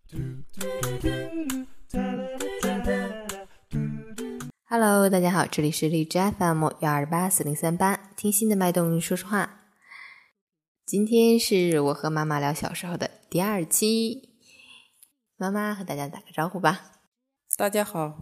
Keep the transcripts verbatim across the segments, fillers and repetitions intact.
Hello， 大家好，这里是荔枝 F M 幺二八四零三八，听心的脉动说说话。今天是我和妈妈聊小时候的第二期，妈妈和大家打个招呼吧。 大家好。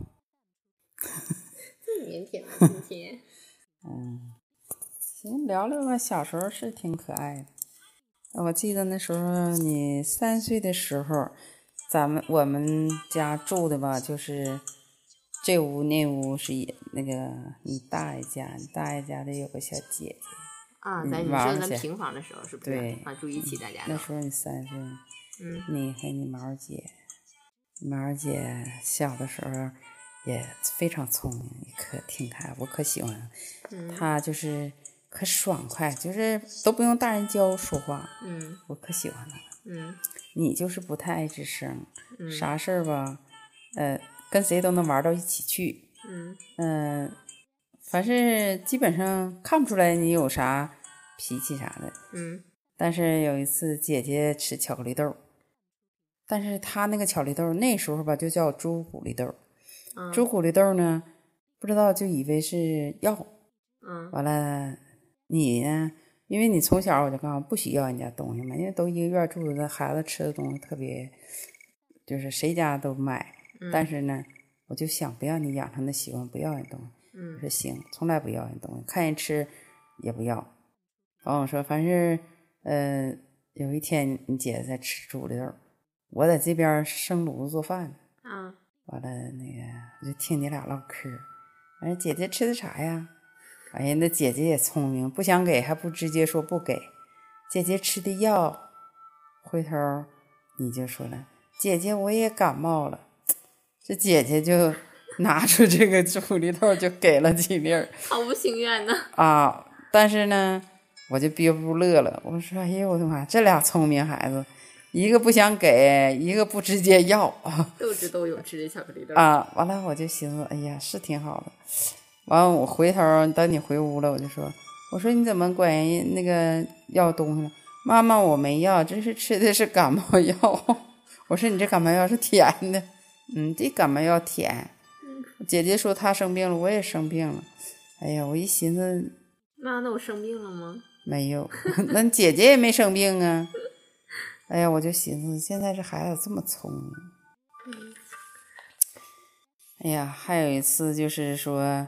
这么腼腆吗？今天？ 嗯，行，聊聊吧。小时候是挺可爱的。我记得那时候你三岁的时候，咱们我们家住的吧，就是这屋那屋是那个你大爷家，你大爷家的有个小姐姐啊，咱你说咱平房的时候是不是？ 对， 啊，住一起大家。 那时候你三岁， 嗯， 你和你毛姐，毛姐小的时候也非常聪明，可挺可爱，我可喜欢。 嗯， 她就是可爽快，就是都不用大人教说话。 嗯， 我可喜欢她了。 嗯， 你就是不太爱吱声， 嗯， 啥事儿吧，呃，跟谁都能玩到一起去。 嗯嗯、呃，凡是基本上看不出来你有啥脾气啥的。 嗯， 但是有一次姐姐吃巧克力豆，但是她那个巧克力豆那时候吧就叫猪骨力豆。 嗯， 猪骨力豆呢，不知道就以为是药。 嗯， 完了你呢，因为你从小我就告诉不许要人家东西嘛，因为都一个院住的，孩子吃的东西特别就是谁家都买、 嗯、 但是呢我就想不要你养成的习惯，不要人东西。 嗯， 我说行，从来不要人东西，看人吃也不要。完我说反正呃有一天你姐姐在吃猪力豆，我在这边生炉子做饭啊， 完了那个我就听你俩唠嗑，完了姐姐吃的啥呀？哎呀，那姐姐也聪明，不想给还不直接说不给。姐姐吃的药，回头你就说了，姐姐我也感冒了。这姐姐就拿出这个猪力豆就给了几粒儿， 好不情愿呢啊！但是呢，我就憋不住乐了。我说，哎呦我的妈，这俩聪明孩子，一个不想给，一个不直接要， 斗智斗勇吃这巧克力豆啊！完了我就寻思，哎呀，是挺好的。完了我回头等你回屋了，我就说，我说你怎么管人那个要东西了？妈妈我没要，这是吃的是感冒药。我说你这感冒药是甜的。嗯，这感冒药甜。 嗯、 姐姐说她生病了，我也生病了。哎呀，我一寻思， 妈，那我生病了吗？ 没有，那姐姐也没生病啊。哎呀，我就寻思，现在这孩子这么聪明。 嗯、 哎呀，还有一次就是说，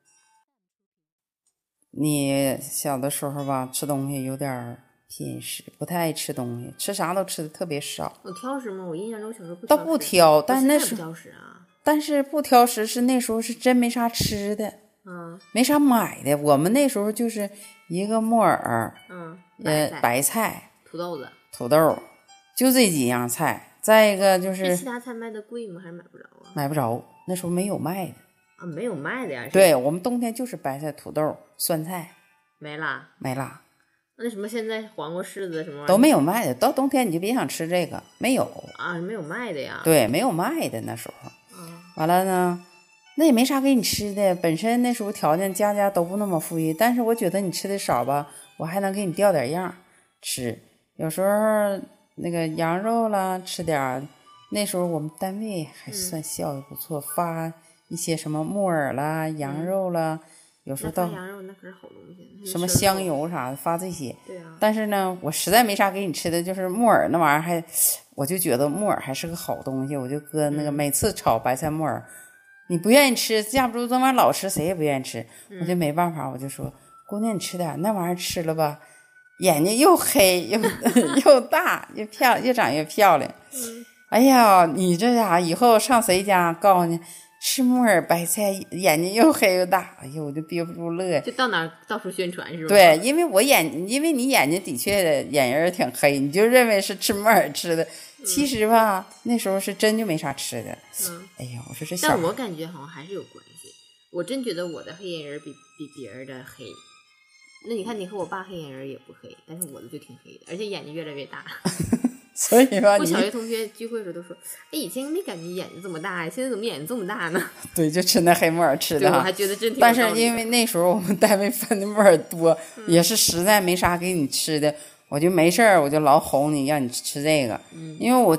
你小的时候吧，吃东西有点偏食，不太爱吃东西，吃啥都吃的特别少。 我挑食吗？我印象中小时候不挑食。 都不挑，但那是不挑食啊。 但是不挑食是那时候是真没啥吃的， 嗯， 没啥买的。我们那时候就是一个木耳， 嗯， 呃， 白菜、 白菜、 土豆子、 土豆，就这几样菜。再一个就是其他菜卖的贵吗？还是买不着啊？ 买不着，那时候没有卖的啊，没有卖的呀。 对，我们冬天就是白菜、土豆、酸菜， 没啦， 没啦。 那什么现在黄瓜、柿子什么玩意都没有卖的，到冬天你就别想吃这个，没有啊，没有卖的呀。 对，没有卖的那时候。 嗯， 完了呢，那也没啥给你吃的，本身那时候条件家家都不那么富裕，但是我觉得你吃的少吧，我还能给你调点样吃。有时候那个羊肉啦吃点，那时候我们单位还算效益不错，嗯、发一些什么木耳啦、羊肉啦。嗯，有时候到羊肉那可是好东西， 什么香油啥的发这些。 对啊。 但是呢，我实在没啥给你吃的，就是木耳那玩意儿还，我就觉得木耳还是个好东西，我就搁那个每次炒白菜木耳，嗯、你不愿意吃，架不住这玩意儿老吃，谁也不愿意吃，嗯、我就没办法，我就说姑娘你吃点那玩意儿吃了吧，眼睛又黑又又大又漂亮，越长越漂亮。 嗯、 哎呀，你这家以后上谁家告诉你。吃木耳白菜，眼睛又黑又大，哎呦，我就憋不住乐， 就到哪到处宣传是吧？ 对，因为我眼，因为你眼睛的确眼仁挺黑，你就认为是吃木耳吃的， 嗯、 其实吧，那时候是真就没啥吃的。 嗯， 哎呀，我说这小， 但我感觉好像还是有关系。我真觉得我的黑眼仁比比别人的黑。那你看，你和我爸黑眼仁也不黑，但是我的就挺黑的，而且眼睛越来越大。 所以吧， 我小学同学聚会的时候都说：“哎，以前没感觉眼睛这么大呀，现在怎么眼睛这么大呢？” 对，就吃那黑木耳吃的。 对，我还觉得真挺有但道理的。 是因为那时候我们单位分的木耳多， 嗯、 也是实在没啥给你吃的，我就没事儿，我就老哄你，让你吃这个。 嗯， 因为我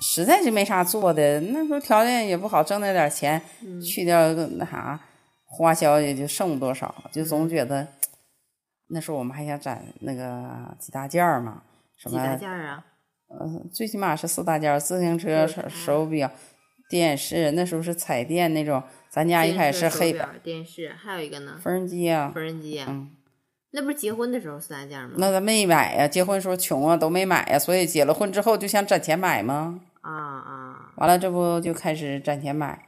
实在是没啥做的，那时候条件也不好，挣那点钱， 嗯、 去掉那啥花销也就剩不多少，就总觉得、嗯、那时候我们还想攒那个几大件嘛，什么几大件啊？ 呃，最起码是四大件：自行车、手表、电视。那时候是彩电那种，咱家一开始是黑表、电视，还有一个呢， 缝纫机啊， 缝纫机啊， 嗯。 那不是结婚的时候四大件吗？ 那咱没买呀，结婚时候穷啊，都没买呀，所以结了婚之后就想攒钱买吗？ 啊啊！ 完了，这不就开始攒钱买。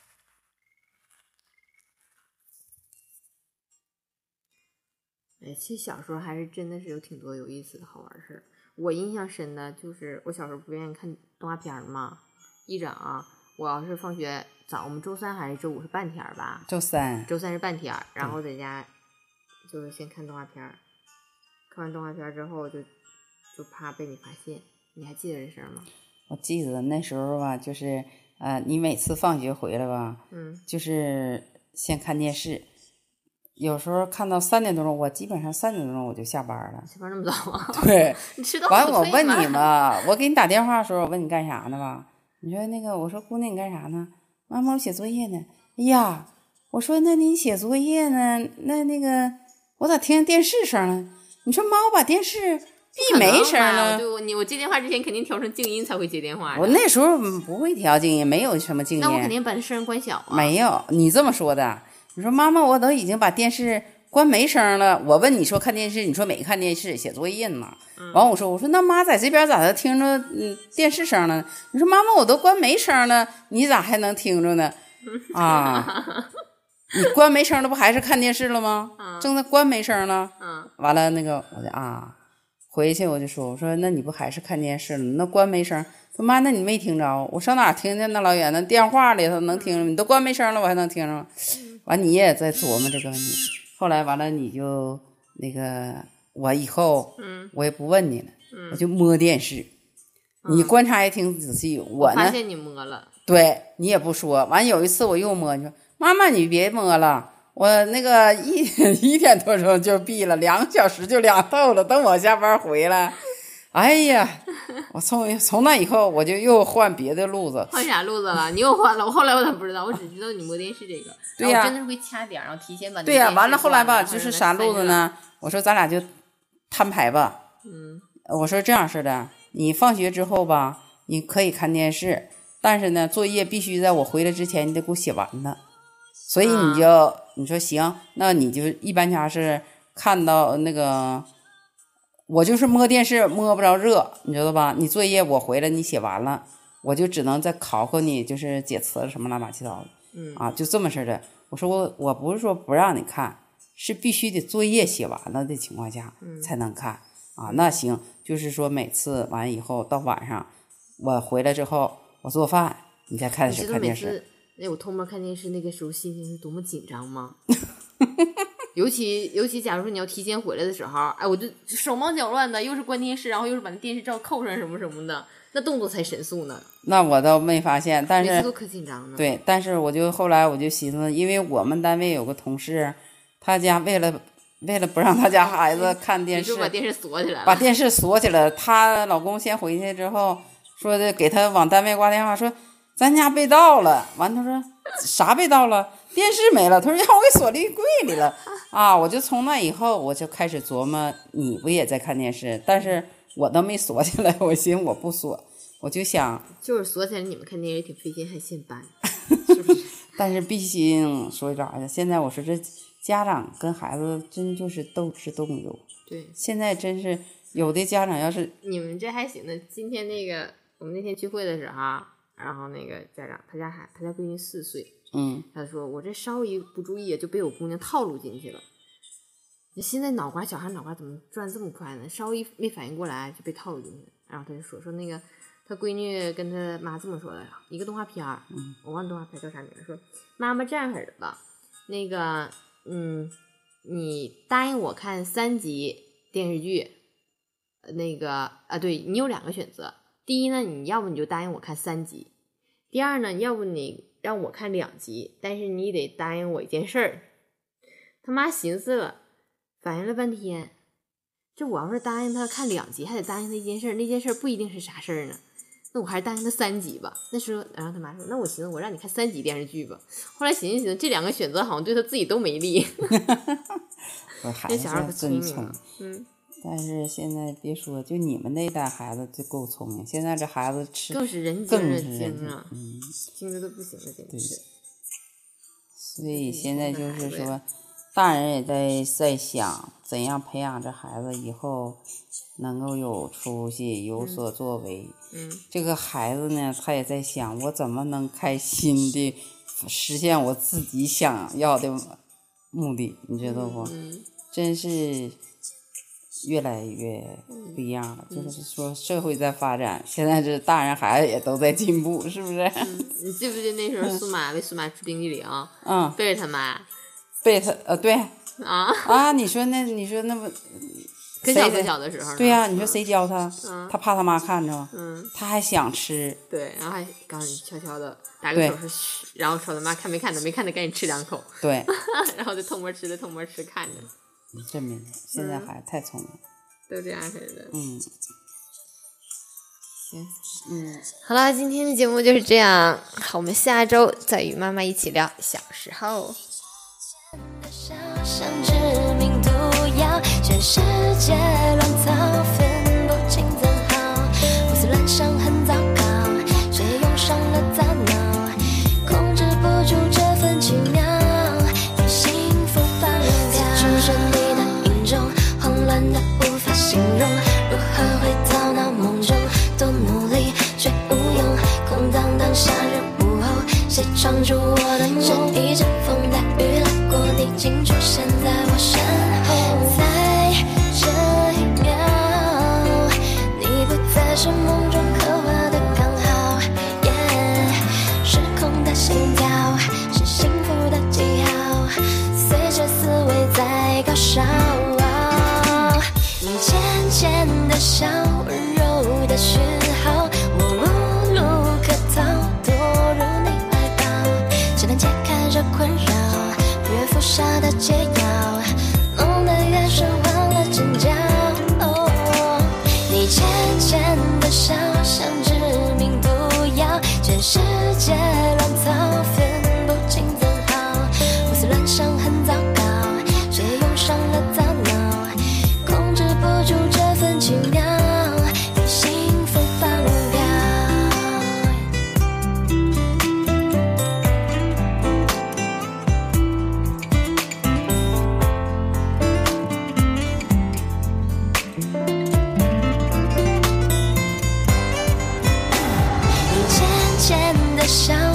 哎，其实小时候还是真的是有挺多有意思的好玩事儿。我印象深的就是我小时候不愿意看动画片嘛，一整啊，我要是放学早，我们周三还是周五是半天吧？ 周三， 周三是半天，然后在家。就是先看动画片，看完动画片之后就就怕被你发现。你还记得这事儿吗？ 我记得那时候吧，就是呃，你每次放学回来吧， 嗯， 就是先看电视，有时候看到三点多钟，我基本上三点多钟我就下班了。 下班那么早啊？ 对， 你迟到完我问你嘛，我给你打电话的时候，我问你干啥呢吧？你说那个，我说姑娘你干啥呢？妈妈我写作业呢。哎呀，我说那你写作业呢？那那个。我咋听见电视声了？你说妈，我把电视闭没声了。 我你我接电话之前肯定调成静音才会接电话。 我那时候不会调静音，没有什么静音。 那我肯定把声关小啊。 没有，你这么说的。你说妈妈，我都已经把电视关没声了。我问你说看电视，你说没看电视，写作业呢。 嗯、 完我说我说那妈在这边咋的听着嗯电视声了？你说妈妈我都关没声了，你咋还能听着呢？啊。你关没声了不还是看电视了吗？ 嗯、 正在关没声了。 嗯， 完了那个我就啊，回去我就说我说那你不还是看电视了？那关没声，说妈那你没听着？我上哪听见那老远的电话里头能听着？你都关没声了，我还能听着？完你也在琢磨这个问题。后来完了你就那个我以后嗯我也不问你了， 嗯、 我就摸电视。 嗯、 你观察也挺仔细，我呢发现你摸了， 对你也不说。完有一次我又摸，你说。妈妈，你别摸了，我那个一一点多钟就闭了，两个小时就凉透了。等我下班回来，哎呀，我从从那以后我就又换别的路子。 换啥路子了？你又换了？我后来我咋不知道？我只知道你摸电视这个。 对呀、 啊，我真的是会掐点，然后提前把那对呀、啊，完了后来吧，就是啥路子呢？我说咱俩就摊牌吧。 嗯， 我说这样式的，你放学之后吧，你可以看电视，但是呢，作业必须在我回来之前你得给我写完了。所以你就、啊、你说行，那你就一般家是看到那个，我就是摸电视摸不着热，你知道吧？你作业我回来你写完了，我就只能再考考你，就是解词什么乱七八糟的， 嗯啊，就这么似的。我说我我不是说不让你看，是必须得作业写完了的情况下才能看、嗯、啊。那行，就是说每次完以后到晚上，我回来之后我做饭，你再开始看电视。 那我偷摸看电视那个时候心情是多么紧张吗？尤其尤其假如说你要提前回来的时候，哎，我就手忙脚乱的，又是关电视，然后又是把那电视罩扣上什么什么的，那动作才神速呢。 那我倒没发现，但是每次都可紧张呢。 对，但是我就后来我就寻思，因为我们单位有个同事，他家为了为了不让他家孩子看电视， 就把电视锁起来了， 把电视锁起来。她老公先回去之后，说的给他往单位挂电话说。咱家被盗了，完他说啥被盗了？电视没了。他说让我给锁立柜里了啊！我就从那以后我就开始琢磨，你不也在看电视？但是我都没锁起来，我寻思我不锁，我就想就是锁起来，你们看电视挺费劲，还限班，是不是？ 但是毕竟说啥呀？现在我说这家长跟孩子真就是斗智斗勇。 对， 现在真是有的家长要是你们这还行呢。今天那个我们那天聚会的时候。然后那个家长，他家孩他家闺女四岁， 嗯， 他说我这稍一不注意就被我姑娘套路进去了。你现在脑瓜小孩脑瓜怎么转这么快呢？稍一没反应过来就被套路进去了。然后他就说说那个他闺女跟他妈这么说的，一个动画片儿， 嗯， 我忘了动画片叫啥名，说妈妈这样式的吧，那个嗯，你答应我看三集电视剧，那个啊，对你有两个选择。第一呢，你要不你就答应我看三集；第二呢，要不你让我看两集，但是你得答应我一件事儿。他妈寻思了，反应了半天，这我要是答应他看两集，还得答应他一件事儿，那件事儿不一定是啥事儿呢。 那我还是答应他三集吧。那时候，然后他妈说，那我寻思我让你看三集电视剧吧。后来寻思寻思，这两个选择好像对他自己都没利。 我孩子小孩可真聪聪明了，嗯。 但是现在别说，就你们那代孩子就够聪明，现在这孩子吃更是人更精人是人精啊， 嗯， 精的都不行了，简直是。 所以现在就是说，大人也在在想怎样培养这孩子以后能够有出息、有所作为。 嗯， 这个孩子呢，他也在想，我怎么能开心的实现我自己想要的目的，你知道不？ 嗯， 真是越来越不一样了。 嗯、 就是说，社会在发展，现在这大人孩子也都在进步，是不是？ 嗯、你记不记得那时候苏玛为苏玛吃冰激凌？ 嗯， 背着他妈。 背他呃对啊啊！你说那你说那不可小可小的时候呢？ 对呀、啊，你说谁教他？ 嗯， 他怕他妈看着， 嗯， 他还想吃， 对，然后还告诉你悄悄的打个手势，然后说他妈看没看的，没看的赶紧吃两口， 对， 然后就偷摸吃的偷摸吃看着。 真没现在孩子太聪明， 都这样似的。 嗯， 行， 嗯， 好了，今天的节目就是这样，好，我们下周再与妈妈一起聊小时候。像致命毒药，全世界乱糟，分不清怎好。胡思乱想很糟糕，却用上了大脑，控制不住这份奇妙，与幸福绑架。出身你的影中，慌乱的无法形容，如何回到那梦中？多努力却无用，空荡荡夏日午后，谁闯入我的梦？这一阵风带雨来过，你竟出现在我身后。在这一秒，你不再是梦中刻画的刚好， yeah, 失控的心跳是幸福的记号，随着思维在高烧。你渐渐的笑，温柔的讯号，我无路可逃，躲入你怀抱，只能解开这困扰，越服下的解药，弄得越是忘了阵脚。哦，你渐渐的笑，像致命毒药，全世界乱糟，分不清怎好，胡思乱想很糟糕，却用上了大脑，控制不住这份奇妙，与幸福绑票。你渐渐的笑，